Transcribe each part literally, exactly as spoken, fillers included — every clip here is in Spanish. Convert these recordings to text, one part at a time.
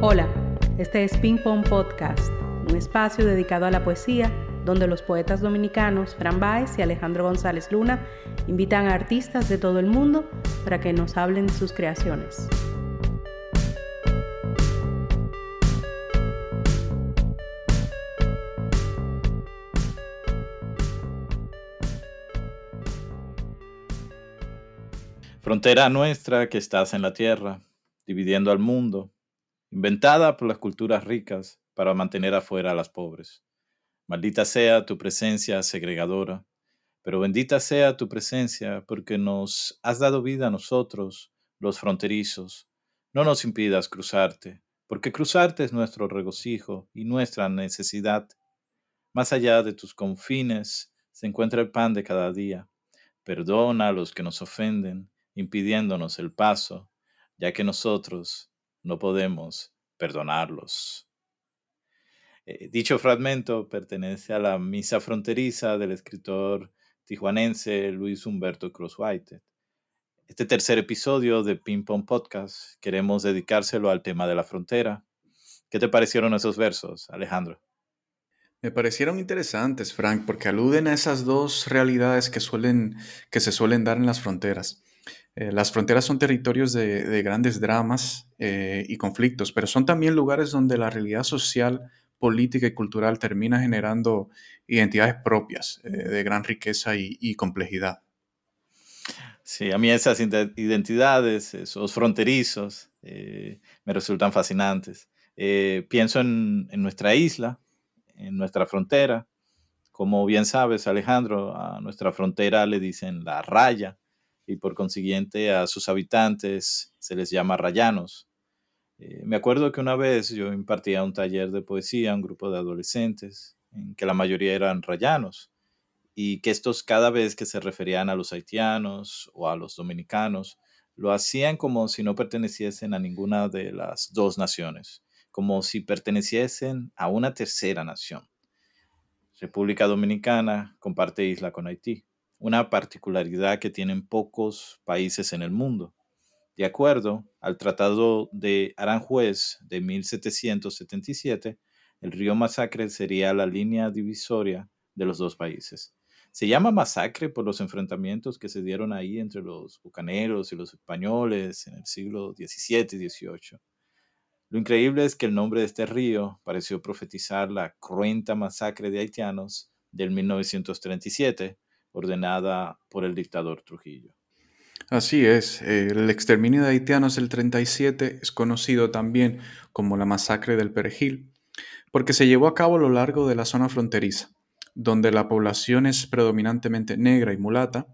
Hola, este es Ping Pong Podcast, un espacio dedicado a la poesía donde los poetas dominicanos Fran Báez y Alejandro González Luna invitan a artistas de todo el mundo para que nos hablen de sus creaciones. Frontera nuestra que estás en la tierra, dividiendo al mundo, inventada por las culturas ricas para mantener afuera a las pobres. Maldita sea tu presencia segregadora, pero bendita sea tu presencia porque nos has dado vida a nosotros, los fronterizos. No nos impidas cruzarte, porque cruzarte es nuestro regocijo y nuestra necesidad. Más allá de tus confines se encuentra el pan de cada día. Perdona a los que nos ofenden, impidiéndonos el paso, ya que nosotros no podemos perdonarlos. Eh, dicho fragmento pertenece a la Misa Fronteriza del escritor tijuanense Luis Humberto Cruz White. Este tercer episodio de Ping Pong Podcast queremos dedicárselo al tema de la frontera. ¿Qué te parecieron esos versos, Alejandro? Me parecieron interesantes, Frank, porque aluden a esas dos realidades que, suelen, que se suelen dar en las fronteras. Eh, las fronteras son territorios de, de grandes dramas eh, y conflictos, pero son también lugares donde la realidad social, política y cultural termina generando identidades propias eh, de gran riqueza y, y complejidad. Sí, a mí esas identidades, esos fronterizos, eh, me resultan fascinantes. Eh, pienso en, en nuestra isla, en nuestra frontera. Como bien sabes, Alejandro, a nuestra frontera le dicen la raya y por consiguiente a sus habitantes se les llama rayanos. Eh, me acuerdo que una vez yo impartía un taller de poesía a un grupo de adolescentes, en que la mayoría eran rayanos, y que estos cada vez que se referían a los haitianos o a los dominicanos, lo hacían como si no perteneciesen a ninguna de las dos naciones, como si perteneciesen a una tercera nación. República Dominicana comparte isla con Haití, una particularidad que tienen pocos países en el mundo. De acuerdo al Tratado de Aranjuez de mil setecientos setenta y siete, el río Masacre sería la línea divisoria de los dos países. Se llama masacre por los enfrentamientos que se dieron ahí entre los bucaneros y los españoles en el siglo diecisiete y dieciocho. Lo increíble es que el nombre de este río pareció profetizar la cruenta masacre de haitianos del mil novecientos treinta y siete, ordenada por el dictador Trujillo. Así es, el exterminio de haitianos del treinta y siete es conocido también como la masacre del Perejil, porque se llevó a cabo a lo largo de la zona fronteriza, donde la población es predominantemente negra y mulata.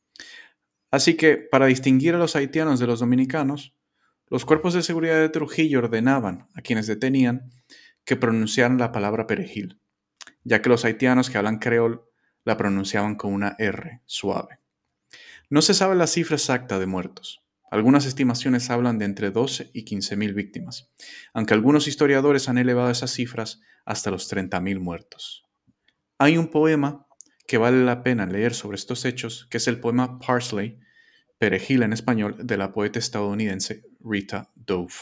Así que, para distinguir a los haitianos de los dominicanos, los cuerpos de seguridad de Trujillo ordenaban a quienes detenían que pronunciaran la palabra perejil, ya que los haitianos que hablan creol la pronunciaban con una R suave. No se sabe la cifra exacta de muertos. Algunas estimaciones hablan de entre doce y quince mil víctimas, aunque algunos historiadores han elevado esas cifras hasta los treinta mil muertos. Hay un poema que vale la pena leer sobre estos hechos, que es el poema Parsley, Perejil en español, de la poeta estadounidense Rita Dove.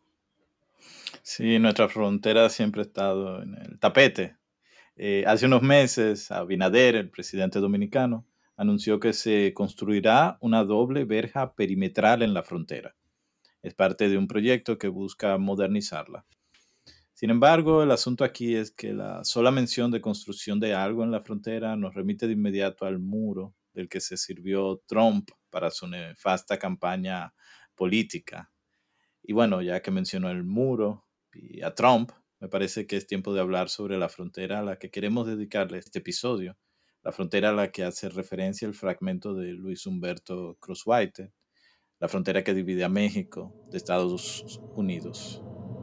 Sí, nuestra frontera siempre ha estado en el tapete. Eh, hace unos meses, Abinader, el presidente dominicano, anunció que se construirá una doble verja perimetral en la frontera. Es parte de un proyecto que busca modernizarla. Sin embargo, el asunto aquí es que la sola mención de construcción de algo en la frontera nos remite de inmediato al muro del que se sirvió Trump para su nefasta campaña política. Y bueno, ya que mencionó el muro y a Trump, me parece que es tiempo de hablar sobre la frontera a la que queremos dedicarle este episodio, la frontera a la que hace referencia el fragmento de Luis Humberto Cruz White, la frontera que divide a México de Estados Unidos.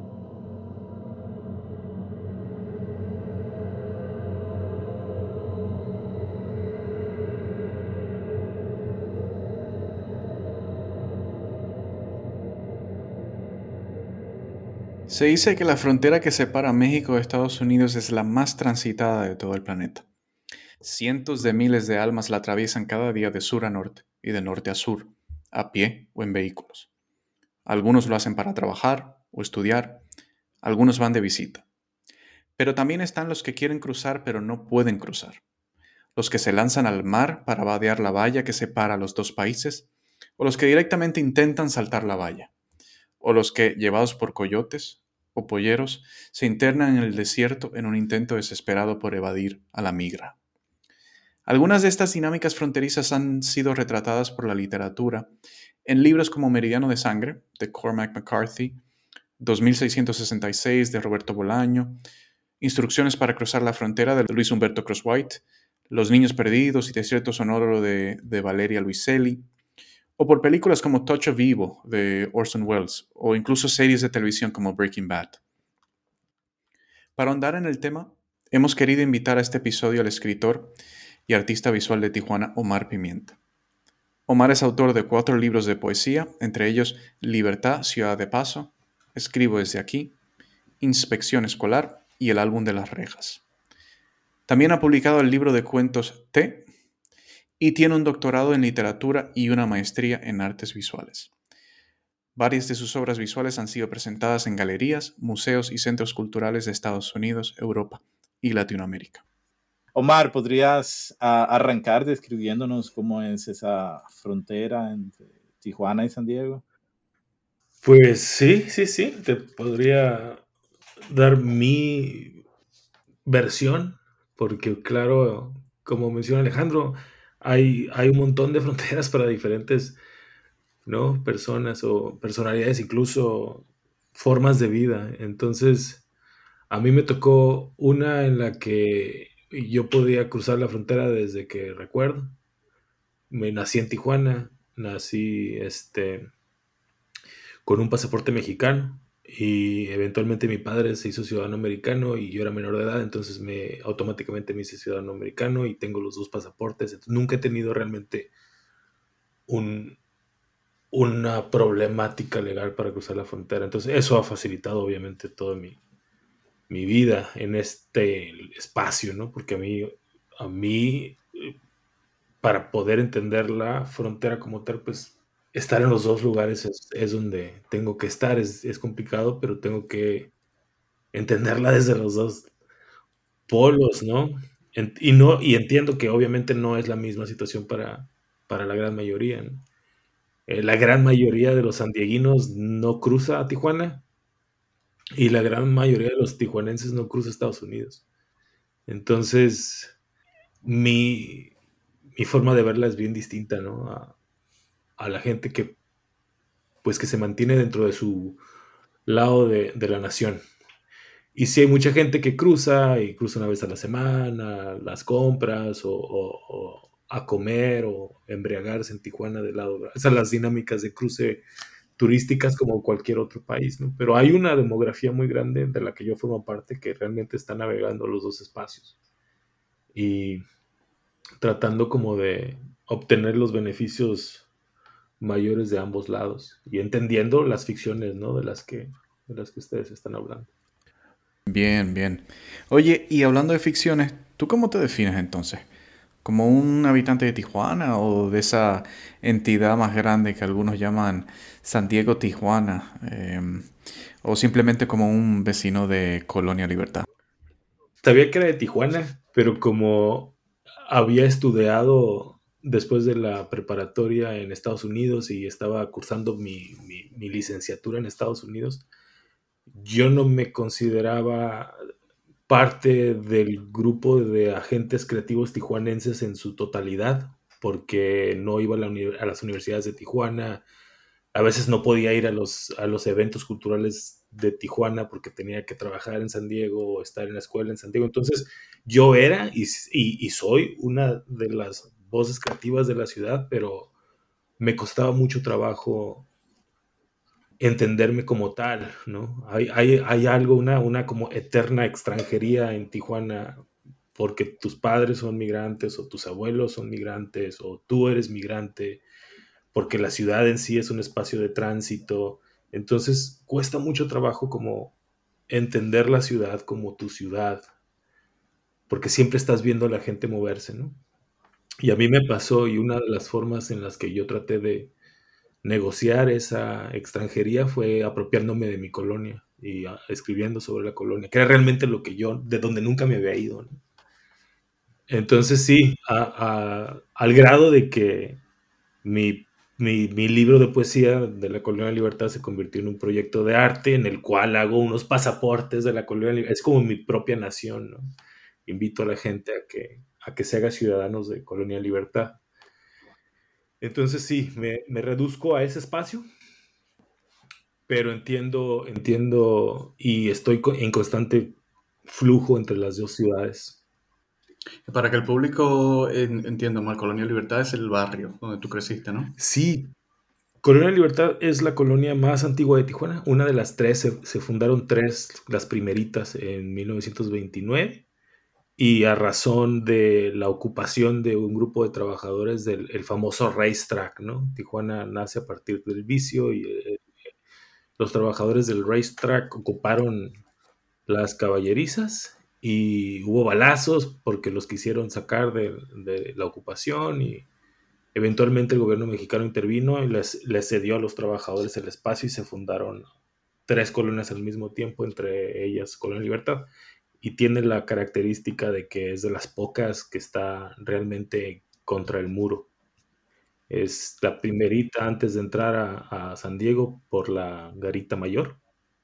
Se dice que la frontera que separa México de Estados Unidos es la más transitada de todo el planeta. Cientos de miles de almas la atraviesan cada día de sur a norte y de norte a sur, a pie o en vehículos. Algunos lo hacen para trabajar o estudiar, Algunos van de visita. Pero también están los que quieren cruzar pero no pueden cruzar. Los que se lanzan al mar para vadear la valla que separa los dos países, o los que directamente intentan saltar la valla, o los que, llevados por coyotes o polleros, se internan en el desierto en un intento desesperado por evadir a la migra. Algunas de estas dinámicas fronterizas han sido retratadas por la literatura en libros como Meridiano de Sangre, de Cormac McCarthy, dos mil seiscientos sesenta y seis, de Roberto Bolaño, Instrucciones para cruzar la frontera, de Luis Humberto Crosswhite, Los niños perdidos y Desierto sonoro, de, de Valeria Luiselli, o por películas como Touch of Evil, de Orson Welles, o incluso series de televisión como Breaking Bad. Para ahondar en el tema, hemos querido invitar a este episodio al escritor y artista visual de Tijuana, Omar Pimienta. Omar es autor de cuatro libros de poesía, entre ellos Libertad, Ciudad de Paso, Escribo desde aquí, Inspección Escolar y El álbum de las rejas. También ha publicado el libro de cuentos T y tiene un doctorado en literatura y una maestría en artes visuales. Varias de sus obras visuales han sido presentadas en galerías, museos y centros culturales de Estados Unidos, Europa y Latinoamérica. Omar, ¿podrías uh, arrancar describiéndonos cómo es esa frontera entre Tijuana y San Diego? Pues sí, sí, sí, te podría dar mi versión, porque claro, como menciona Alejandro, hay, hay un montón de fronteras para diferentes, ¿no? personas o personalidades, incluso formas de vida. Entonces, a mí me tocó una en la que yo podía cruzar la frontera desde que recuerdo. Me nací en Tijuana, nací este, con un pasaporte mexicano y eventualmente mi padre se hizo ciudadano americano y yo era menor de edad, entonces me automáticamente me hice ciudadano americano y tengo los dos pasaportes. Entonces, nunca he tenido realmente un, una problemática legal para cruzar la frontera. Entonces eso ha facilitado obviamente toda mi, mi vida en este espacio, ¿no? Porque a mí, a mí, para poder entender la frontera como tal, pues estar en los dos lugares es, es donde tengo que estar. Es, es complicado, pero tengo que entenderla desde los dos polos, ¿no? En, y no y entiendo que obviamente no es la misma situación para, para la gran mayoría, ¿no? Eh, la gran mayoría de los sandieguinos no cruza a Tijuana y la gran mayoría de los tijuanenses no cruza a Estados Unidos. Entonces, mi, mi forma de verla es bien distinta, ¿no? A, a la gente que, pues, que se mantiene dentro de su lado de, de la nación. Y sí hay mucha gente que cruza y cruza una vez a la semana, las compras o, o, o a comer o embriagarse en Tijuana del lado. Esas son las dinámicas de cruce turísticas como cualquier otro país, ¿no? Pero hay una demografía muy grande de la que yo formo parte que realmente está navegando los dos espacios y tratando como de obtener los beneficios mayores de ambos lados y entendiendo las ficciones, ¿no? de las que, de las que ustedes están hablando. Bien, bien. Oye, y hablando de ficciones, ¿tú cómo te defines entonces? ¿Como un habitante de Tijuana o de esa entidad más grande que algunos llaman San Diego Tijuana? Eh, ¿O simplemente como un vecino de Colonia Libertad? Sabía que era de Tijuana, pero como había estudiado después de la preparatoria en Estados Unidos y estaba cursando mi, mi, mi licenciatura en Estados Unidos, yo no me consideraba parte del grupo de agentes creativos tijuanenses en su totalidad, porque no iba a, la uni- a las universidades de Tijuana, a veces no podía ir a los, a los eventos culturales de Tijuana porque tenía que trabajar en San Diego o estar en la escuela en San Diego. Entonces yo era y, y, y soy una de las voces creativas de la ciudad, pero me costaba mucho trabajo entenderme como tal, ¿no? Hay, hay, hay algo, una, una como eterna extranjería en Tijuana porque tus padres son migrantes o tus abuelos son migrantes o tú eres migrante, porque la ciudad en sí es un espacio de tránsito. Entonces cuesta mucho trabajo como entender la ciudad como tu ciudad, porque siempre estás viendo a la gente moverse, ¿no? Y a mí me pasó, y una de las formas en las que yo traté de negociar esa extranjería fue apropiándome de mi colonia. y uh, escribiendo sobre la colonia, que era realmente lo que yo, de donde nunca me había ido, ¿no? Entonces sí, a, a, al grado de que mi, mi, mi libro de poesía de la Colonia Libertad se convirtió en un proyecto de arte en el cual hago unos pasaportes de la Colonia Libertad. Es como mi propia nación, ¿no? Invito a la gente a que, a que se haga ciudadanos de Colonia Libertad. Entonces sí, me, me reduzco a ese espacio, pero entiendo, entiendo y estoy en constante flujo entre las dos ciudades. Para que el público entienda mal, Colonia Libertad es el barrio donde tú creciste, ¿no? Sí, Colonia Libertad es la colonia más antigua de Tijuana, una de las tres, se, se fundaron tres, las primeritas en mil novecientos veintinueve, y a razón de la ocupación de un grupo de trabajadores del el famoso racetrack, ¿no? Tijuana nace a partir del vicio y eh, los trabajadores del racetrack ocuparon las caballerizas y hubo balazos porque los quisieron sacar de, de la ocupación y eventualmente el gobierno mexicano intervino y les, les cedió a los trabajadores el espacio y se fundaron tres colonias al mismo tiempo, entre ellas Colonia Libertad. Y tiene la característica de que es de las pocas que está realmente contra el muro. Es la primerita antes de entrar a, a San Diego por la Garita Mayor.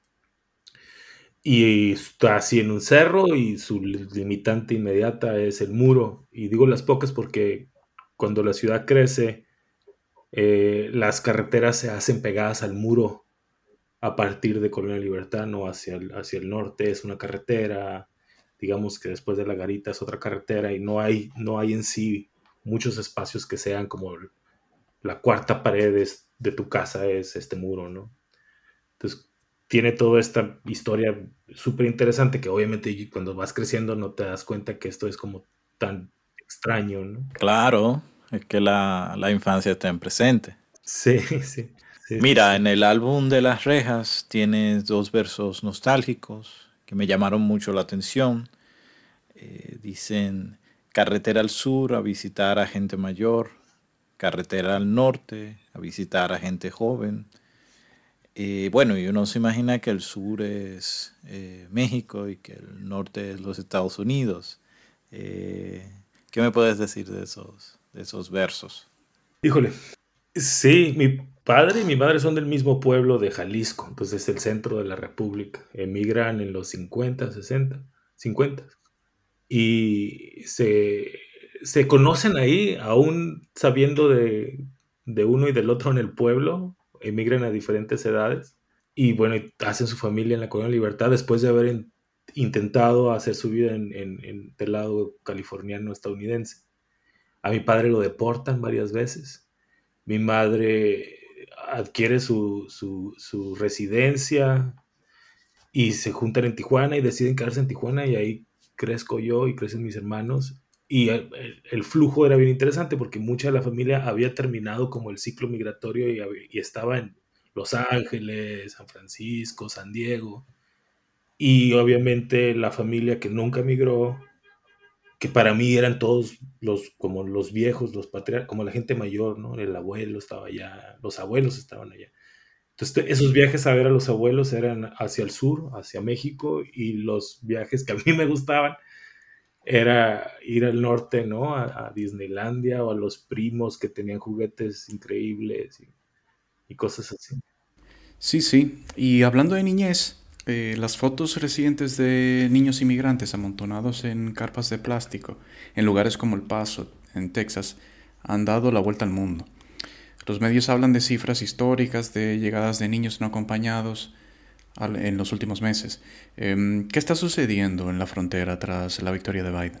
Y está así en un cerro y su limitante inmediata es el muro. Y digo las pocas porque cuando la ciudad crece, eh, las carreteras se hacen pegadas al muro a partir de Colonia Libertad, no hacia el, hacia el norte es una carretera, digamos que después de la Garita es otra carretera y no hay, no hay en sí muchos espacios que sean como la cuarta pared es, de tu casa es este muro, ¿no? Entonces tiene toda esta historia súper interesante que obviamente cuando vas creciendo no te das cuenta que esto es como tan extraño, ¿no? Claro, es que la, la infancia está en presente. Sí, sí. sí Mira, sí. en el álbum de Las Rejas tienes dos versos nostálgicos que me llamaron mucho la atención. Eh, dicen, carretera al sur a visitar a gente mayor, carretera al norte a visitar a gente joven. Eh, bueno, y uno se imagina que el sur es eh, México y que el norte es los Estados Unidos. Eh, ¿Qué me puedes decir de esos, de esos versos? Híjole, sí, mi padre y mi madre son del mismo pueblo de Jalisco, entonces es el centro de la República. Emigran en los cincuenta, sesenta, cincuenta. Y se, se conocen ahí, aún sabiendo de, de uno y del otro en el pueblo, emigran a diferentes edades. Y bueno, hacen su familia en la Colonia Libertad después de haber in, intentado hacer su vida en, en, en del lado californiano estadounidense. A mi padre lo deportan varias veces. Mi madre adquiere su, su, su residencia y se juntan en Tijuana y deciden quedarse en Tijuana y ahí crezco yo y crecen mis hermanos. Y el, el flujo era bien interesante porque mucha de la familia había terminado como el ciclo migratorio y, y estaba en Los Ángeles, San Francisco, San Diego. Y obviamente la familia que nunca migró, que para mí eran todos los, como los viejos, los patriarcas, como la gente mayor, ¿no? El abuelo estaba allá, los abuelos estaban allá. Entonces, esos viajes a ver a los abuelos eran hacia el sur, hacia México, y los viajes que a mí me gustaban era ir al norte, ¿no? A, a Disneylandia o a los primos que tenían juguetes increíbles y, y cosas así. Sí, sí. Y hablando de niñez, eh, las fotos recientes de niños inmigrantes amontonados en carpas de plástico en lugares como El Paso, en Texas, han dado la vuelta al mundo. Los medios hablan de cifras históricas de llegadas de niños no acompañados en los últimos meses. ¿Qué está sucediendo en la frontera tras la victoria de Biden?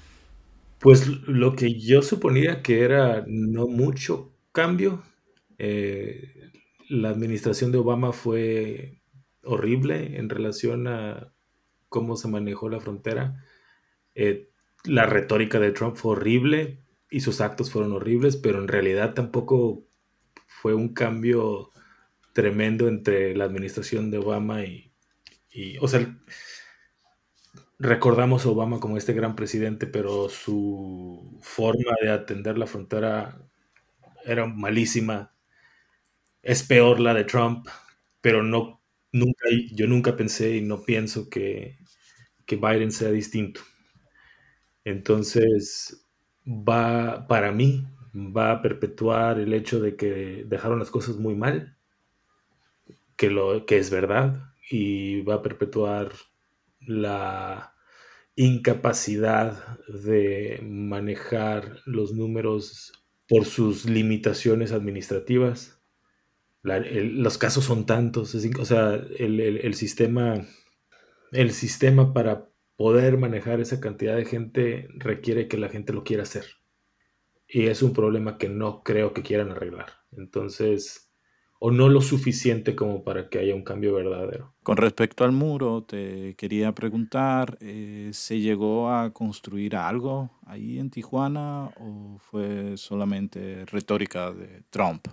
Pues lo que yo suponía que era no mucho cambio. Eh, la administración de Obama fue horrible en relación a cómo se manejó la frontera. Eh, la retórica de Trump fue horrible y sus actos fueron horribles, pero en realidad tampoco fue un cambio tremendo entre la administración de Obama y, y o sea, recordamos a Obama como este gran presidente, pero su forma de atender la frontera era malísima. Es peor la de Trump, pero no nunca, yo nunca pensé y no pienso que, que Biden sea distinto. Entonces, va, para mí, va a perpetuar el hecho de que dejaron las cosas muy mal, que, lo, que es verdad, y va a perpetuar la incapacidad de manejar los números por sus limitaciones administrativas. La- el- los casos son tantos, es inc- o sea, el, el- el sistema, el sistema para poder manejar esa cantidad de gente requiere que la gente lo quiera hacer. Y es un problema que no creo que quieran arreglar. Entonces, o no lo suficiente como para que haya un cambio verdadero. Con respecto al muro, te quería preguntar, eh, ¿se llegó a construir algo ahí en Tijuana o fue solamente retórica de Trump?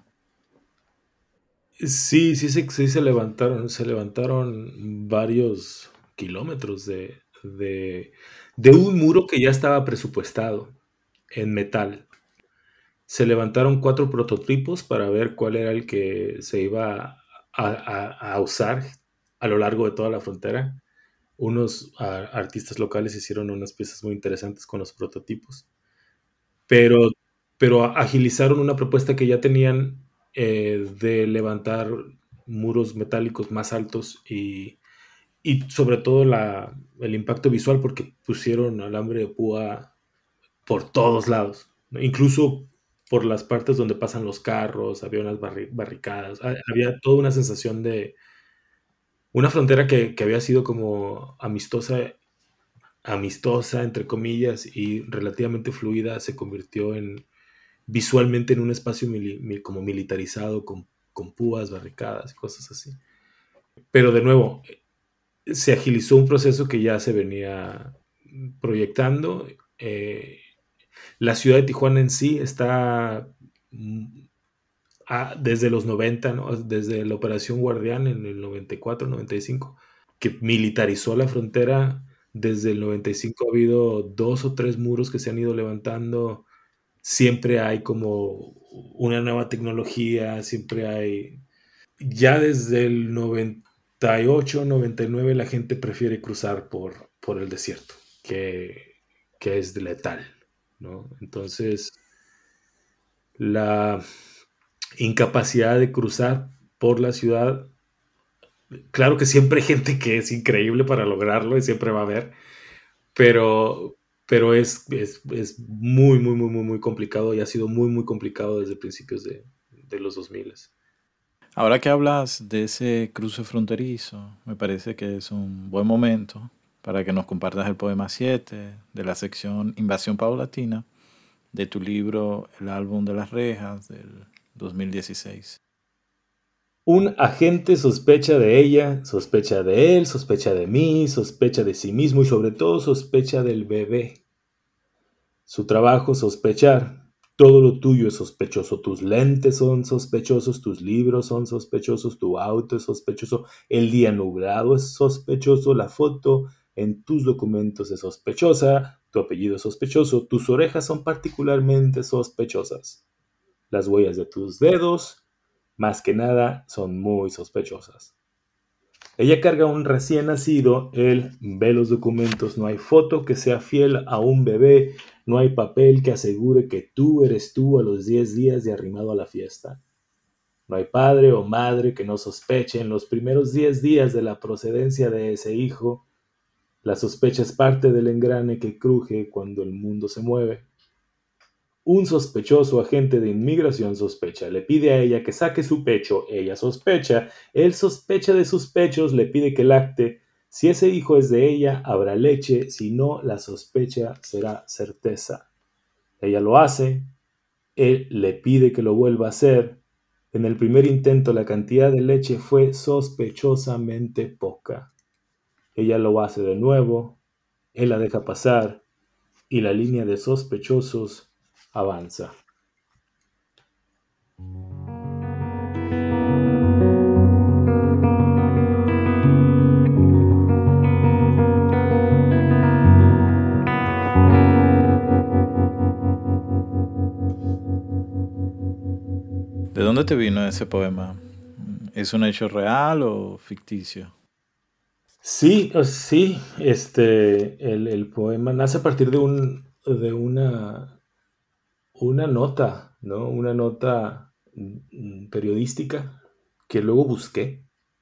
Sí, sí, sí, sí se levantaron, se levantaron varios kilómetros de, de, de un muro que ya estaba presupuestado en metal. Se levantaron cuatro prototipos para ver cuál era el que se iba a, a- a usar a lo largo de toda la frontera. Unos a- artistas locales hicieron unas piezas muy interesantes con los prototipos, pero, pero agilizaron una propuesta que ya tenían eh, de levantar muros metálicos más altos y, y sobre todo la, el impacto visual porque pusieron alambre de púa por todos lados, ¿no? Incluso por las partes donde pasan los carros, había unas barri- barricadas, ha- había toda una sensación de una frontera que, que había sido como amistosa, amistosa, entre comillas, y relativamente fluida, se convirtió en visualmente en un espacio mili- mi- como militarizado, con, con púas, barricadas y cosas así. Pero de nuevo, se agilizó un proceso que ya se venía proyectando. eh, La ciudad de Tijuana en sí está mm, a- desde los noventa, ¿no? Desde la Operación Guardián en el noventa y cuatro, noventa y cinco, que militarizó la frontera. Desde el noventa y cinco ha habido dos o tres muros que se han ido levantando. Siempre hay como una nueva tecnología, siempre hay... Ya desde el noventa y ocho, noventa y nueve la gente prefiere cruzar por, por el desierto, que, que es letal, ¿no? Entonces, la incapacidad de cruzar por la ciudad, claro que siempre hay gente que es increíble para lograrlo y siempre va a haber, pero, pero es, es, es muy, muy, muy, muy, muy complicado y ha sido muy, muy complicado desde principios de, de los dos mil. Ahora que hablas de ese cruce fronterizo, me parece que es un buen momento para que nos compartas el poema siete de la sección Invasión Paulatina de tu libro El álbum de las rejas del dos mil dieciséis. Un agente sospecha de ella, sospecha de él, sospecha de mí, sospecha de sí mismo y sobre todo sospecha del bebé. Su trabajo, sospechar. Todo lo tuyo es sospechoso. Tus lentes son sospechosos, tus libros son sospechosos, tu auto es sospechoso, el día nublado es sospechoso, la foto en tus documentos es sospechosa, tu apellido es sospechoso, tus orejas son particularmente sospechosas. Las huellas de tus dedos, más que nada, son muy sospechosas. Ella carga un recién nacido, él ve los documentos, no hay foto que sea fiel a un bebé, no hay papel que asegure que tú eres tú a los diez días de arrimado a la fiesta. No hay padre o madre que no sospeche en los primeros diez días de la procedencia de ese hijo. La sospecha es parte del engrane que cruje cuando el mundo se mueve. Un sospechoso agente de inmigración sospecha, le pide a ella que saque su pecho, ella sospecha, él sospecha de sus pechos, le pide que lacte. Si ese hijo es de ella, habrá leche, si no, la sospecha será certeza. Ella lo hace, él le pide que lo vuelva a hacer. En el primer intento la cantidad de leche fue sospechosamente poca. Ella lo hace de nuevo, él la deja pasar y la línea de sospechosos avanza. ¿De dónde te vino ese poema? ¿Es un hecho real o ficticio? Sí, o- sí, este, el, el poema nace a partir de un, de una, una nota, ¿no? Una nota mm, periodística que luego busqué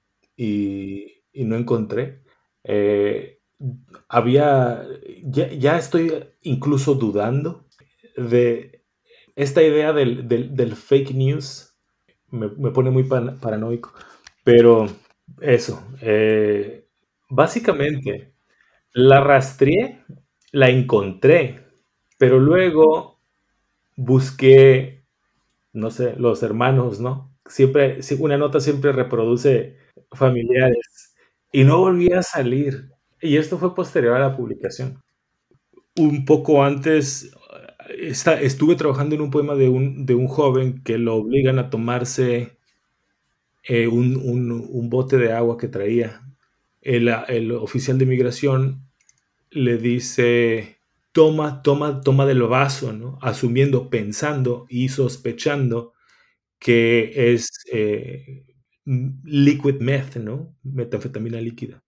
y, y no encontré. Eh, había, ya, ya estoy incluso dudando de esta idea del, del- del fake news, me, me pone muy pan- paranoico, pero eso, eh, básicamente la rastreé, la encontré, pero luego busqué, no sé, los hermanos, ¿no? Siempre, sí, una nota siempre reproduce familiares y no volví a salir. Y esto fue posterior a la publicación. Un poco antes, eh, esta- estuve trabajando en un poema de un, de un joven que lo obligan a tomarse eh, un, un- un bote de agua que traía. El, el oficial de migración le dice, toma, toma, toma del vaso, ¿no? Asumiendo, pensando y sospechando que es eh, m- liquid meth, ¿no? Metanfetamina líquida.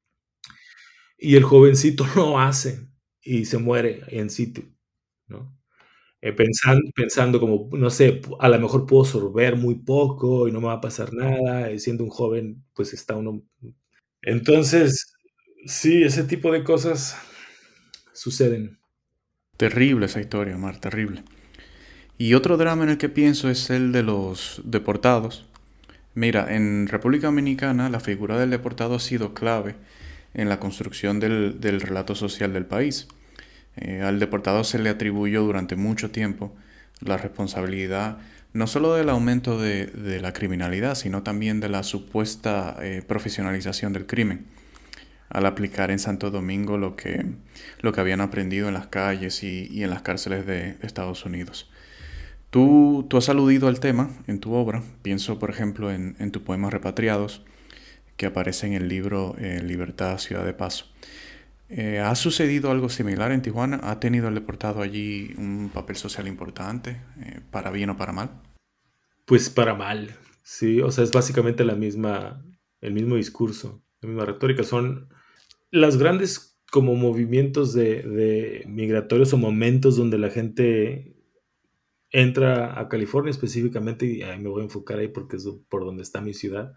Y el jovencito lo hace y se muere en sitio, ¿no? Eh, pensan- pensando como, no sé, pu- a lo mejor puedo sorber muy poco y no me va a pasar nada, y siendo un joven, pues está uno. Entonces, sí, ese tipo de cosas suceden. Terrible esa historia, Omar, terrible. Y otro drama en el que pienso es el de los deportados. Mira, en República Dominicana la figura del deportado ha sido clave en la construcción del, del relato social del país. Eh, al deportado se le atribuyó durante mucho tiempo la responsabilidad no solo del aumento de, de la criminalidad, sino también de la supuesta eh, profesionalización del crimen, al aplicar en Santo Domingo lo que, lo que habían aprendido en las calles y, y en las cárceles de Estados Unidos. Tú, tú has aludido al tema en tu obra. Pienso, por ejemplo, en, en tu poema Repatriados, que aparece en el libro eh, Libertad, Ciudad de Paso. Eh, ¿Ha sucedido algo similar en Tijuana? ¿Ha tenido el deportado allí un papel social importante, eh, para bien o para mal? Pues para mal, sí, o sea, es básicamente la misma, el mismo discurso, la misma retórica. Son las grandes como movimientos de, de migratorios o momentos donde la gente entra a California específicamente, y ahí me voy a enfocar ahí porque es por donde está mi ciudad,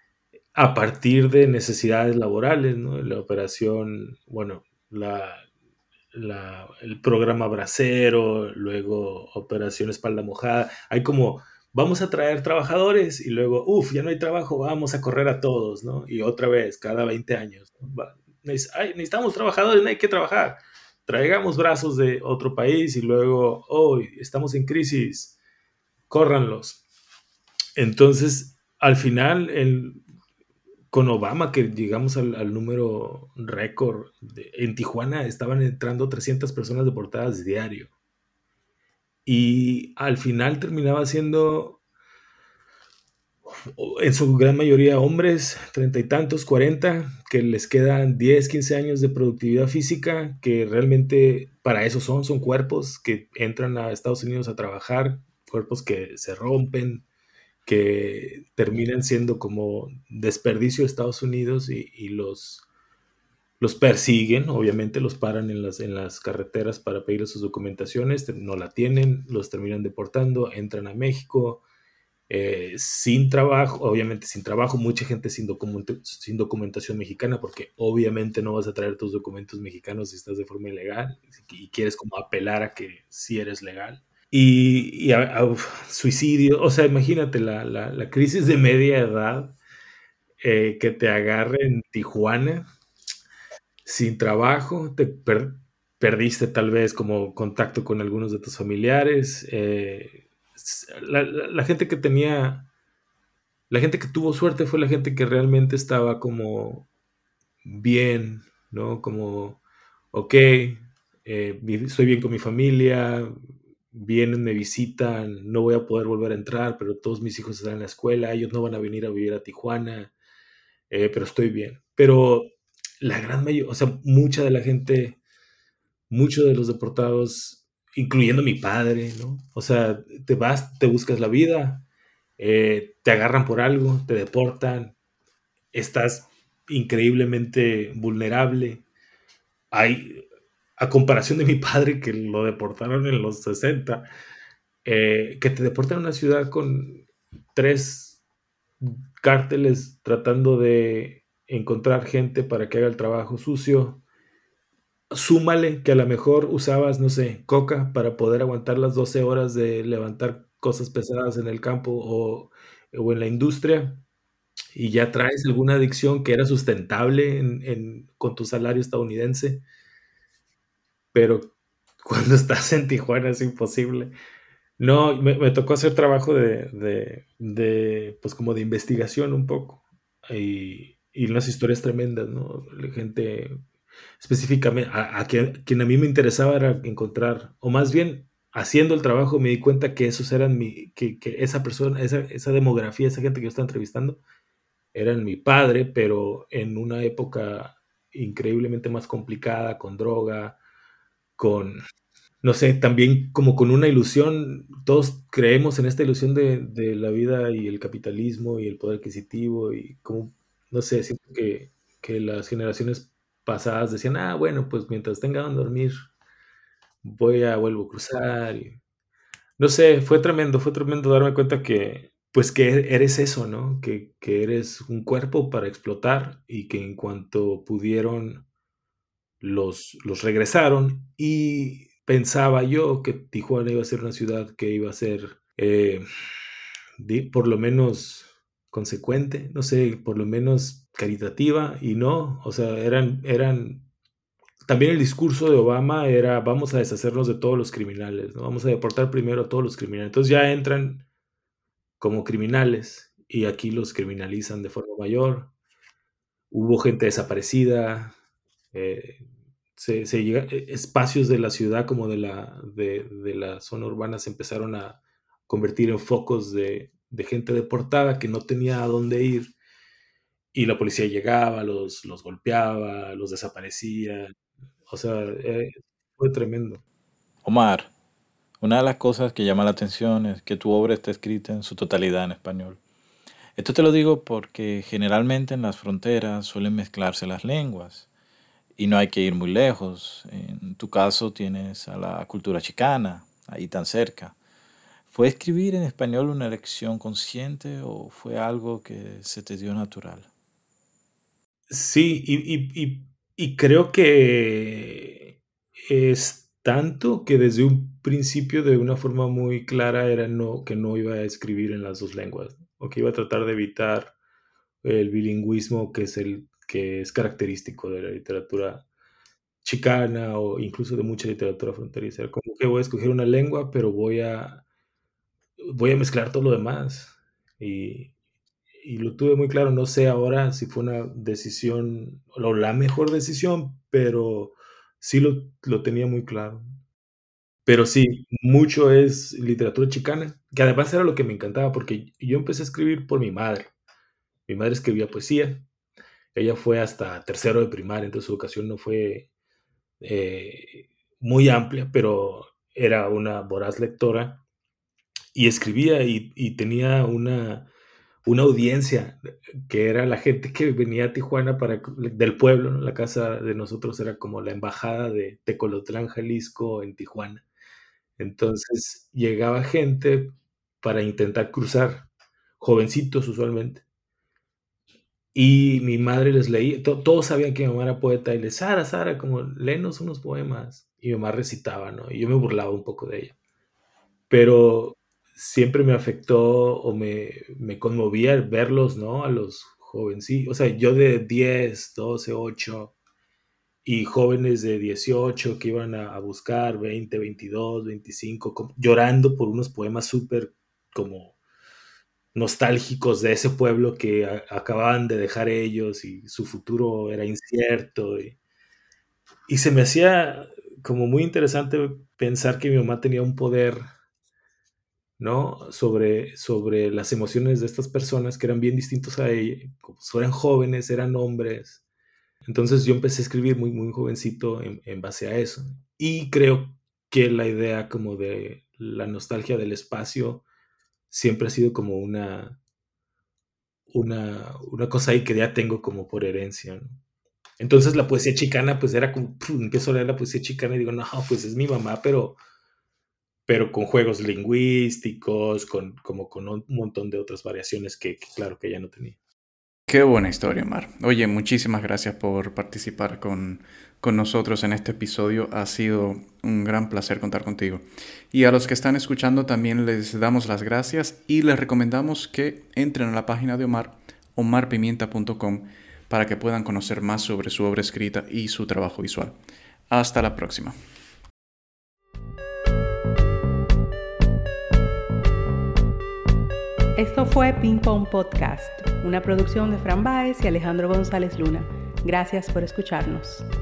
a partir de necesidades laborales, ¿no? La operación, bueno, la, la- el programa Bracero, luego Operación Espalda Mojada. Hay como, vamos a traer trabajadores y luego, uff, ya no hay trabajo, vamos a correr a todos, ¿no? Y otra vez, cada veinte años, ¿no? Va, neces- ay, necesitamos trabajadores, no hay que trabajar. Traigamos brazos de otro país y luego, hoy estamos en crisis, córranlos. Entonces, al final, el, con Obama, que llegamos al, al número récord, de- en Tijuana estaban entrando trescientas personas deportadas diario. Y al final terminaba siendo, o- en su gran mayoría, hombres, treinta y tantos, cuarenta, que les quedan diez, quince años de productividad física, que realmente para eso son, son cuerpos que entran a Estados Unidos a trabajar, cuerpos que se rompen, que terminan siendo como desperdicio de Estados Unidos y, y los, los persiguen, obviamente los paran en las, en las carreteras para pedirles sus documentaciones, no la tienen, los terminan deportando, entran a México eh, sin trabajo, obviamente sin trabajo, mucha gente sin, documento, sin documentación mexicana, porque obviamente no vas a traer tus documentos mexicanos si estás de forma ilegal y quieres como apelar a que sí eres legal. Y, y a, a, suicidio, o sea, imagínate la, la, la crisis de media edad eh, que te agarre en Tijuana sin trabajo, te per perdiste tal vez como contacto con algunos de tus familiares. Eh, la, la, la, gente que tenía, la gente que tuvo suerte fue la gente que realmente estaba como bien, ¿no? Como, ok, eh, estoy bien con mi familia, vienen, me visitan, no voy a poder volver a entrar, pero todos mis hijos están en la escuela, ellos no van a venir a vivir a Tijuana, eh, pero estoy bien. Pero la gran mayoría, o sea, mucha de la gente, muchos de los deportados, incluyendo mi padre, ¿no? O sea, te vas, te buscas la vida, eh, te agarran por algo, te deportan, estás increíblemente vulnerable. Hay, a comparación de mi padre, que lo deportaron en los sesenta, eh, que te deportan a una ciudad con tres cárteles tratando de encontrar gente para que haga el trabajo sucio. Súmale que a lo mejor usabas, no sé, coca para poder aguantar las doce horas de levantar cosas pesadas en el campo o, o en la industria, y ya traes alguna adicción que era sustentable en, en, con tu salario estadounidense, pero cuando estás en Tijuana es imposible. No, me, me tocó hacer trabajo de, de, de, pues como de investigación un poco, y, y unas historias tremendas, ¿no? La gente específicamente, a, a quien, quien a mí me interesaba era encontrar, o más bien, haciendo el trabajo me di cuenta que esos eran mi, que, que esa persona, esa, esa demografía, esa gente que yo estaba entrevistando, eran mi padre, pero en una época increíblemente más complicada, con droga, con, no sé, también como con una ilusión, todos creemos en esta ilusión de, de la vida y el capitalismo y el poder adquisitivo y como, no sé, siento que, que las generaciones pasadas decían, ah, bueno, pues mientras tenga donde dormir, voy a, vuelvo a cruzar. Y, no sé, fue tremendo, fue tremendo darme cuenta que, pues que eres eso, ¿no? Que, que eres un cuerpo para explotar y que en cuanto pudieron los, los regresaron, y pensaba yo que Tijuana iba a ser una ciudad que iba a ser eh, di- por lo menos consecuente, no sé, por lo menos caritativa, y no, o sea, eran, eran, también el discurso de Obama era vamos a deshacernos de todos los criminales, ¿no? Vamos a deportar primero a todos los criminales, entonces ya entran como criminales y aquí los criminalizan de forma mayor. Hubo gente desaparecida, eh, se, se llega, eh, espacios de la ciudad como de la, de, de la zona urbana se empezaron a convertir en focos de, de gente deportada que no tenía a dónde ir, y la policía llegaba, los, los golpeaba, los desaparecía. O sea, eh, fue tremendo. Omar, una de las cosas que llama la atención es que tu obra está escrita en su totalidad en español. Esto te lo digo porque generalmente en las fronteras suelen mezclarse las lenguas y no hay que ir muy lejos. En tu caso tienes a la cultura chicana, ahí tan cerca. ¿Fue escribir en español una elección consciente o fue algo que se te dio natural? Sí, y, y, y, y creo que es tanto que desde un principio de una forma muy clara era no, que no iba a escribir en las dos lenguas, o que iba a tratar de evitar el bilingüismo que es, el, que es característico de la literatura chicana o incluso de mucha literatura fronteriza. Era como que voy a escoger una lengua, pero voy a, voy a mezclar todo lo demás. Y, y lo tuve muy claro. No sé ahora si fue una decisión o la mejor decisión, pero sí lo, lo tenía muy claro. Pero sí, mucho es literatura chicana, que además era lo que me encantaba, porque yo empecé a escribir por mi madre. Mi madre escribía poesía. Ella fue hasta tercero de primaria, entonces su educación no fue eh, muy amplia, pero era una voraz lectora y escribía, y, y tenía una, una audiencia que era la gente que venía a Tijuana para, del pueblo, ¿no? La casa de nosotros era como la embajada de Tecolotlán, Jalisco, en Tijuana. Entonces llegaba gente para intentar cruzar, jovencitos usualmente. Y mi madre les leía, to- todos sabían que mi mamá era poeta, y les, Sara, Sara, como, léenos unos poemas. Y mi mamá recitaba, ¿no? Y yo me burlaba un poco de ella. Pero siempre me afectó o me, me conmovía el verlos, ¿no? A los jovencitos, o sea, yo de diez, doce, ocho, y jóvenes de dieciocho que iban a, a buscar veinte, veintidós, veinticinco, como- llorando por unos poemas súper como nostálgicos de ese pueblo que a- acababan de dejar ellos y su futuro era incierto. Y, y se me hacía como muy interesante pensar que mi mamá tenía un poder, ¿no? Sobre, sobre las emociones de estas personas que eran bien distintos a ella, como eran jóvenes, eran hombres. Entonces yo empecé a escribir muy, muy jovencito en, en base a eso. Y creo que la idea como de la nostalgia del espacio siempre ha sido como una, una, una cosa ahí que ya tengo como por herencia, ¿no? Entonces la poesía chicana, pues era como, pum, empiezo a leer la poesía chicana y digo, no, pues es mi mamá, pero, pero con juegos lingüísticos, con, como con un montón de otras variaciones que, que claro que ya no tenía. Qué buena historia, Omar. Oye, muchísimas gracias por participar con, con nosotros en este episodio. Ha sido un gran placer contar contigo. Y a los que están escuchando también les damos las gracias y les recomendamos que entren a la página de Omar, omar pimienta punto com, para que puedan conocer más sobre su obra escrita y su trabajo visual. Hasta la próxima. Esto fue Ping Pong Podcast, una producción de Fran Báez y Alejandro González Luna. Gracias por escucharnos.